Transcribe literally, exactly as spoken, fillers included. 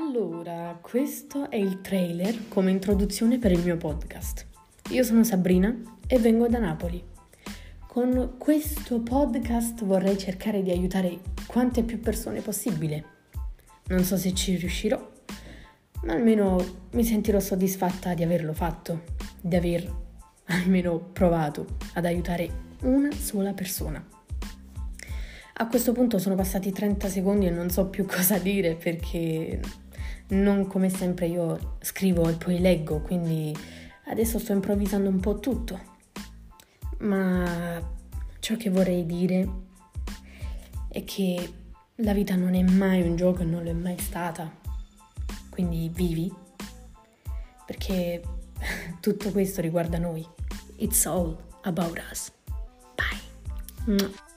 Allora, questo è il trailer come introduzione per il mio podcast. Io sono Sabrina e vengo da Napoli. Con questo podcast vorrei cercare di aiutare quante più persone possibile. Non so se ci riuscirò, ma almeno mi sentirò soddisfatta di averlo fatto, di aver almeno provato ad aiutare una sola persona. A questo punto sono passati trenta secondi e non so più cosa dire perché non come sempre io scrivo e poi leggo, quindi adesso sto improvvisando un po' tutto. Ma ciò che vorrei dire è che la vita non è mai un gioco e non lo è mai stata. Quindi vivi, perché tutto questo riguarda noi. It's all about us. Bye.